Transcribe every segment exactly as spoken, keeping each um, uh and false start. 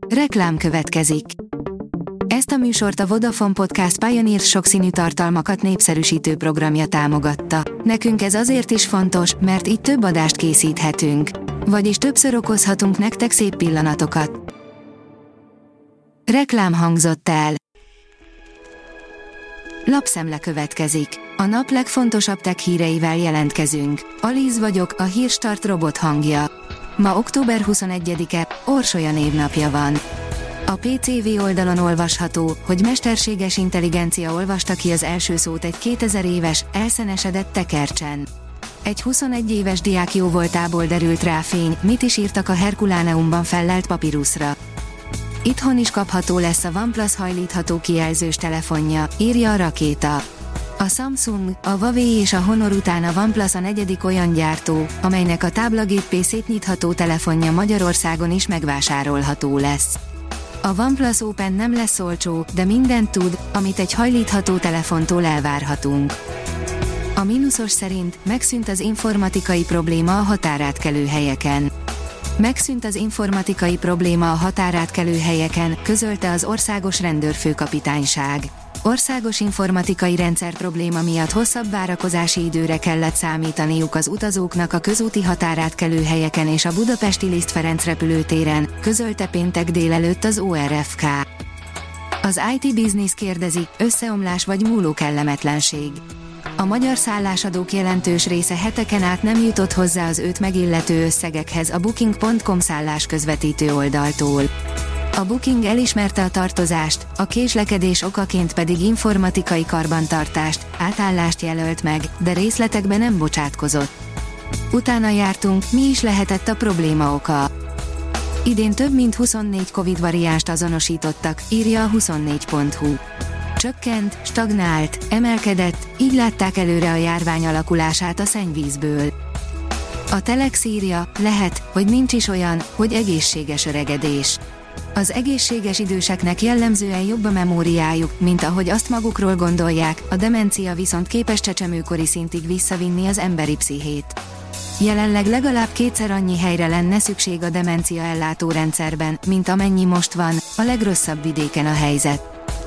Reklám következik. Ezt a műsort a Vodafone Podcast Pioneer sokszínű tartalmakat népszerűsítő programja támogatta. Nekünk ez azért is fontos, mert így több adást készíthetünk. Vagyis többször okozhatunk nektek szép pillanatokat. Reklám hangzott el. Lapszemle következik. A nap legfontosabb tech híreivel jelentkezünk. Alíz vagyok, a Hírstart robot hangja. Ma október huszonegyedike, Orsolya névnapja van. A pé cé vé oldalon olvasható, hogy mesterséges intelligencia olvasta ki az első szót egy kétezer éves, elszenesedett tekercsen. Egy huszonegy éves diák jóvoltából derült rá fény, mit is írtak a Herkuláneumban fellelt papiruszra. Itthon is kapható lesz a OnePlus hajlítható kijelzős telefonja, írja a Rakéta. A Samsung, a Huawei és a Honor után a OnePlus a negyedik olyan gyártó, amelynek a táblagéppé szétnyitható telefonja Magyarországon is megvásárolható lesz. A OnePlus Open nem lesz olcsó, de mindent tud, amit egy hajlítható telefontól elvárhatunk. A mínuszos szerint megszűnt az informatikai probléma a határátkelő helyeken. Megszűnt az informatikai probléma a határátkelő helyeken, közölte az Országos Rendőrfőkapitányság. Országos informatikai rendszer probléma miatt hosszabb várakozási időre kellett számítaniuk az utazóknak a közúti határátkelő helyeken és a budapesti Liszt Ferenc repülőtéren, közölte péntek délelőtt az o er ef ká. Az i té Business kérdezi, összeomlás vagy múló kellemetlenség. A magyar szállásadók jelentős része heteken át nem jutott hozzá az őt megillető összegekhez a booking pont com szállásközvetítő oldaltól. A Booking elismerte a tartozást, a késlekedés okaként pedig informatikai karbantartást, átállást jelölt meg, de részletekbe nem bocsátkozott. Utána jártunk, mi is lehetett a probléma oka. Idén több mint huszonnégy Covid variánst azonosítottak, írja a huszonnégy pont hu. Csökkent, stagnált, emelkedett, így látták előre a járvány alakulását a szennyvízből. A Telex írja, lehet, hogy nincs is olyan, hogy egészséges öregedés. Az egészséges időseknek jellemzően jobb a memóriájuk, mint ahogy azt magukról gondolják, a demencia viszont képes csecsemőkori szintig visszavinni az emberi pszichét. Jelenleg legalább kétszer annyi helyre lenne szükség a demencia ellátórendszerben, mint amennyi most van, a legrosszabb vidéken a helyzet.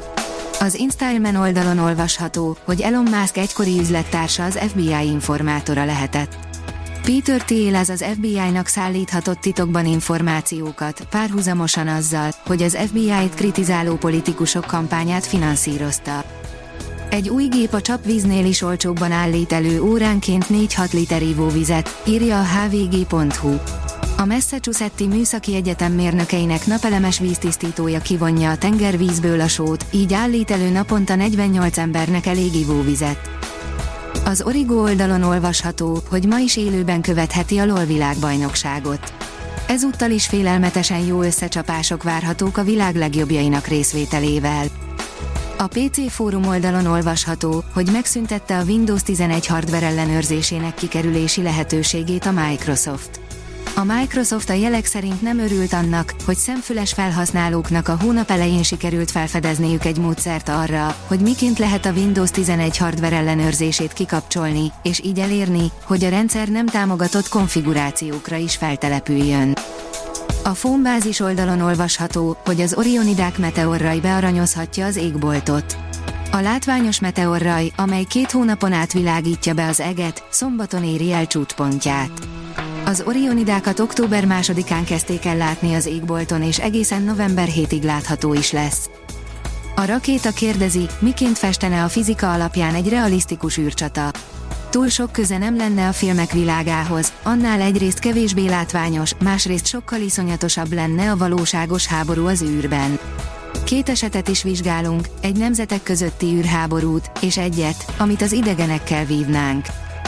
Az InStyleman oldalon olvasható, hogy Elon Musk egykori üzlettársa az ef bé i informátora lehetett. Peter Thiel az ef bé i-nak szállíthatott titokban információkat, párhuzamosan azzal, hogy az ef bé i-t kritizáló politikusok kampányát finanszírozta. Egy új gép a csapvíznél is olcsóbban állít elő óránként négy-hat liter ivóvizet, írja a há vé gé pont hu. A Massachusetti Műszaki Egyetem mérnökeinek napelemes víztisztítója kivonja a tengervízből a sót, így állít elő naponta negyvennyolc embernek elég ivóvizet. Az Origo oldalon olvasható, hogy ma is élőben követheti a LOL világbajnokságot. Ezúttal is félelmetesen jó összecsapások várhatók a világ legjobbjainak részvételével. A pé cé Fórum oldalon olvasható, hogy megszüntette a Windows tizenegy hardware ellenőrzésének kikerülési lehetőségét a Microsoft. A Microsoft a jelek szerint nem örült annak, hogy szemfüles felhasználóknak a hónap elején sikerült felfedezniük egy módszert arra, hogy miként lehet a Windows tizenegy hardware ellenőrzését kikapcsolni, és így elérni, hogy a rendszer nem támogatott konfigurációkra is feltelepüljön. A Phonebázis oldalon olvasható, hogy az Orionidák meteorraj bearanyozhatja az égboltot. A látványos meteorraj, amely két hónapon át világítja be az eget, szombaton éri el csúcspontját. Az Orionidákat október másodikán kezdték el látni az égbolton és egészen november hetedikéig látható is lesz. A Rakéta kérdezi, miként festene a fizika alapján egy realisztikus űrcsata. Túl sok köze nem lenne a filmek világához, annál egyrészt kevésbé látványos, másrészt sokkal iszonyatosabb lenne a valóságos háború az űrben. Két esetet is vizsgálunk, egy nemzetek közötti űrháborút, és egyet, amit az idegenekkel vívnánk.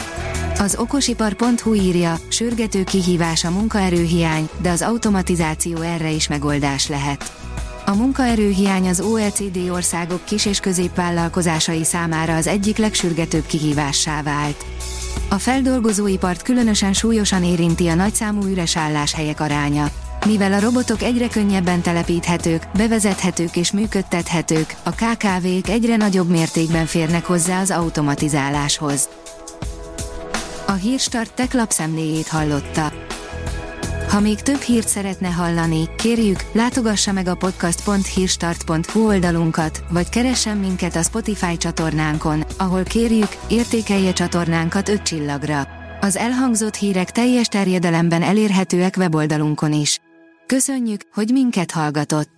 Az okosipar pont hu írja, sürgető kihívás a munkaerőhiány, de az automatizáció erre is megoldás lehet. A munkaerőhiány az o e cé dé országok kis- és középvállalkozásai számára az egyik legsürgetőbb kihívássá vált. A feldolgozóipart különösen súlyosan érinti a nagyszámú üres álláshelyek aránya. Mivel a robotok egyre könnyebben telepíthetők, bevezethetők és működtethetők, a ká ká vék egyre nagyobb mértékben férnek hozzá az automatizáláshoz. A Hírstart Tech lapszemléjét hallotta. Ha még több hírt szeretne hallani, kérjük, látogassa meg a podcast pont hírstart pont hu oldalunkat, vagy keressen minket a Spotify csatornánkon, ahol kérjük, értékelje csatornánkat öt csillagra. Az elhangzott hírek teljes terjedelemben elérhetőek weboldalunkon is. Köszönjük, hogy minket hallgatott!